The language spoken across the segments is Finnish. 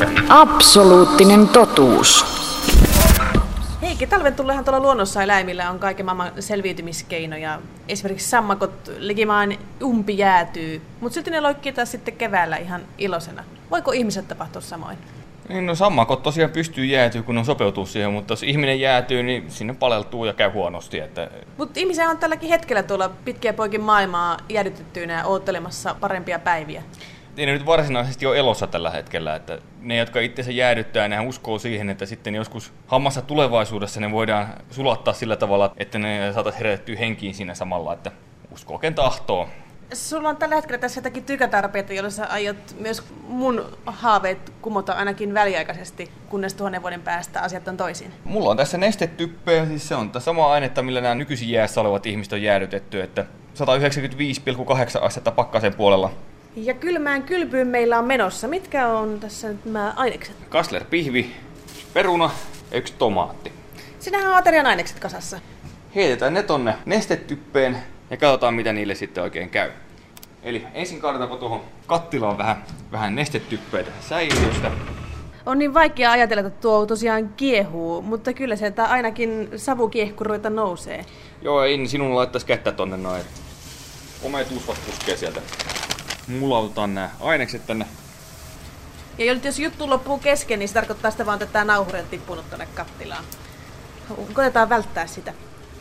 Absoluuttinen totuus. Heikki, talven tullehan tuolla luonnossa eläimillä on kaiken maailman selviytymiskeinoja. Esimerkiksi sammakot likimaan umpi jäätyy, mutta silti ne loikkii taas sitten keväällä ihan iloisena. Voiko ihmiset tapahtua samoin? No sammakot tosiaan pystyy jäätyä, kun on sopeutuu siihen, mutta jos ihminen jäätyy, niin sinne paleltuu ja käy huonosti. Mutta ihmisiä on tälläkin hetkellä tuolla pitkiä poikin maailmaa jäädytettyinä ja oottelemassa parempia päiviä. Ei ne nyt varsinaisesti ole elossa tällä hetkellä. Että ne, jotka itsensä jäädyttää, nehän uskoo siihen, että sitten joskus hammassa tulevaisuudessa ne voidaan sulattaa sillä tavalla, että ne saataisiin herätettyä henkiin siinä samalla, että uskoo ken tahtoo. Sulla on tällä hetkellä tässä jotakin tykätarpeita, joilla sä aiot myös mun haaveet kumota ainakin väliaikaisesti, kunnes 1000 vuoden päästä asiat on toisin. Mulla on tässä nestetyppeä, siis se on sama ainetta, millä nämä nykyisin jäässä olevat ihmiset on jäädytetty, että 195,8 astetta pakkasen puolella. Ja kylmään kylpyyn meillä on menossa. Mitkä on tässä nyt nämä ainekset? Kassler-pihvi, peruna ja 1 tomaatti. Sinähän on aterian ainekset kasassa. Heitetään ne tonne nestetyppeen ja katsotaan mitä niille sitten oikein käy. Eli ensin kaadetaanpa tuohon kattilaan vähän nestetyppeitä säiliöstä. On niin vaikea ajatella, että tuo tosiaan kiehuu, mutta kyllä sieltä ainakin savukiehkuroita nousee. Joo, ei sinun laittaisi kättä tonne noin. Komeet usvat puskee sieltä. Mulautetaan nämä ainekset tänne. Ja jos juttu loppuu kesken, niin se tarkoittaa sitä vaan, että tämä nauhuri on tippunut tonne kattilaan. Koitetaan välttää sitä.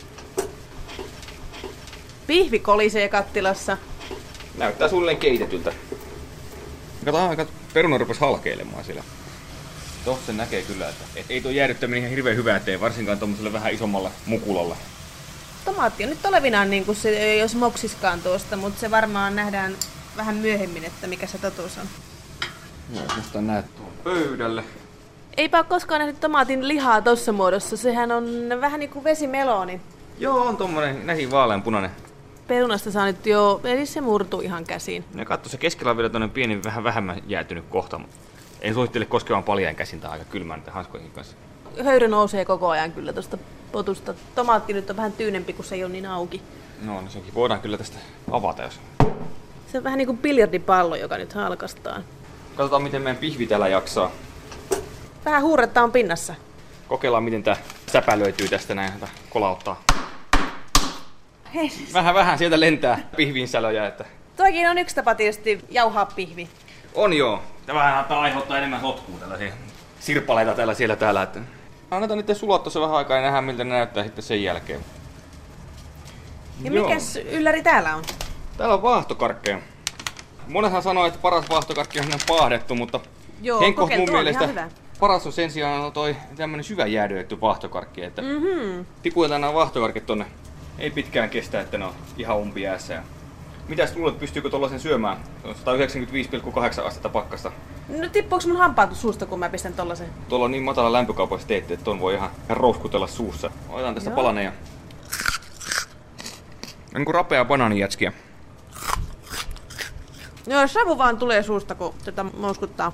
Pihvi kolisee kattilassa. Näyttää suunnilleen keitetyltä. Kato, peruna rupesi halkeilemaan siellä. Tossa se näkee kyllä, että ei tuo jäädyttäminen ihan hirveän hyvää tee, varsinkaan tommoselle vähän isommalle mukulalle. Tomaatti on nyt olevinaan niin kuin se, jos moksiskaan tuosta, mutta se varmaan nähdään vähän myöhemmin, että mikä se totuus on. Joo, musta näet tuon pöydälle. Eipä ole koskaan nähnyt tomaatin lihaa tossa muodossa, sehän on vähän niin kuin vesimeloni. Joo, on tommonen näin vaaleanpunainen. Perunasta saa nyt jo, eli se murtuu ihan käsiin. Ja katso, se keskellä on vielä toinen pieni, vähän vähemmän jäätynyt kohta. En suosittele koskemaan paljain käsin tai aika kylmään niiden hanskoihin kanssa. Höyrö nousee koko ajan kyllä tuosta potusta. Tomaatti nyt on vähän tyynempi, kun se ei ole niin auki. No senkin voidaan kyllä tästä avata, jos... Se on vähän niin kuin biljardipallo, joka nyt halkastaan. Katsotaan, miten meidän pihvi täällä jaksaa. Vähän huuretta on pinnassa. Kokeillaan, miten tää säpälöityy tästä näin, kolauttaa. Hei. Vähän sieltä lentää pihvin sälöjä, että... Toikin on yksi tapa tietysti jauhaa pihvi. On joo. Tämä aiheuttaa enemmän sotkua tällaisia sirpaleita täällä siellä täällä. Että... Annetaan niiden sulaa tuossa vähän aikaa ja nähdään, miltä ne näyttää sitten sen jälkeen. Ja mikäs ylläri täällä on? Täällä on vaahtokarkkeja. Monethan sanoo, että paras vaahtokarkki on paahdettu, mutta Henkko mun mielestä paras on sen sijaan toi tämmönen syvä jäädytetty vaahtokarkki. Että tipuiltaan nämä vaahtokarkit tonne. Ei pitkään kestä, että ne on ihan umpiäässä. Mitäs luulet, pystyykö tollasen syömään? 195,8 astetta pakkasta. No tippuuko mun hampaat suusta, kun mä pistän tollasen? Tuolla on niin matala lämpökapasiteetti, että ton voi ihan rouskutella suussa. Otetaan tästä palanen ja... On kuin rapea banaanijätskiä. Joo, savu vaan tulee suusta, kun tätä mouskuttaa.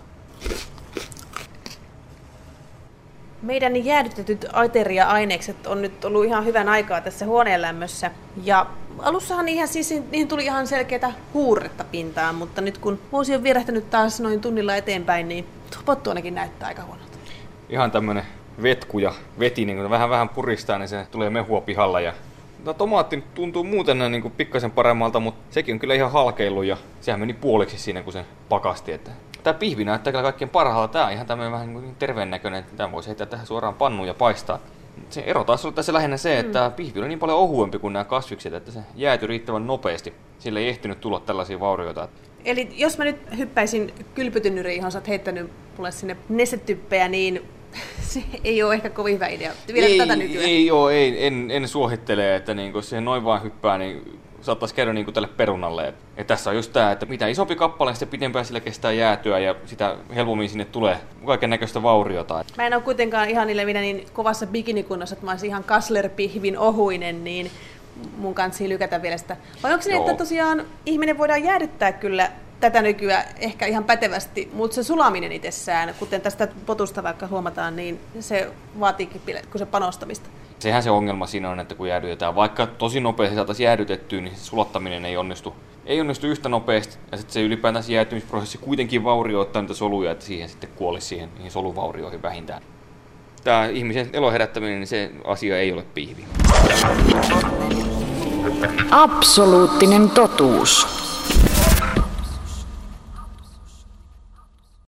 Meidän jäädytetyt ateria-ainekset on nyt ollut ihan hyvän aikaa tässä huoneen lämmössä. Ja alussahan niihin tuli ihan selkeätä huurretta pintaan, mutta nyt kun vuosi on vierähtänyt taas noin tunnilla eteenpäin, niin pottuonakin näyttää aika huonolta. Ihan tämmönen vetku ja veti, niin kun vähän puristaa, niin se tulee mehua pihalla. Ja... No, tomaatti tuntuu muuten niin kuin pikkasen paremmalta, mutta sekin on kyllä ihan halkeillut ja sehän meni puoliksi siinä, kun se pakasti. Että... Tää pihvi näyttää kyllä kaikkein parhaalla. Tää on ihan tämmönen vähän niin terveen näköinen, että tämän voisi heittää tähän suoraan pannuun ja paistaa. Se ero taas on tässä lähinnä se, että pihvi on niin paljon ohuempi kuin nämä kasvikset, että se jäätyi riittävän nopeasti. Sillä ei ehtinyt tulla tällaisia vaurioita. Eli jos mä nyt hyppäisin kylpytynnyriin, johon sä oot heittänyt mulle sinne nestetyppejä, niin se ei ole ehkä kovin hyvä idea. Vielä tätä nykyään. En suosittele, että niin kun se noin vaan hyppää, niin saattaisi käydä niin kuin tälle perunalle. Ja tässä on just tää, että mitä isompi kappale, sitä pitempään sillä kestää jäätyä ja sitä helpommin sinne tulee kaiken näköistä vauriota. Mä en ole kuitenkaan ihan niille minä niin kovassa bikinikunnossa, että mä olisin ihan Kassler-pihvin ohuinen, niin mun kanssa lykätä vielä sitä. Vai onko se niin, että tosiaan ihminen voidaan jäädyttää kyllä tätä nykyään ehkä ihan pätevästi, mutta se sulaminen itsessään, kuten tästä potusta vaikka huomataan, niin se vaatiikin kun se panostamista. Sehän se ongelma siinä on, että kun jäädytetään, vaikka tosi nopeasti saataisiin jäädytettyä, niin se sulattaminen ei onnistu yhtä nopeasti. Ja sitten se ylipäätään se jäätymisprosessi kuitenkin vaurioittaa niitä soluja, että siihen sitten kuolisi niihin soluvaurioihin vähintään. Tämä ihmisen elon herättäminen, niin se asia ei ole pihvi. Absoluuttinen totuus.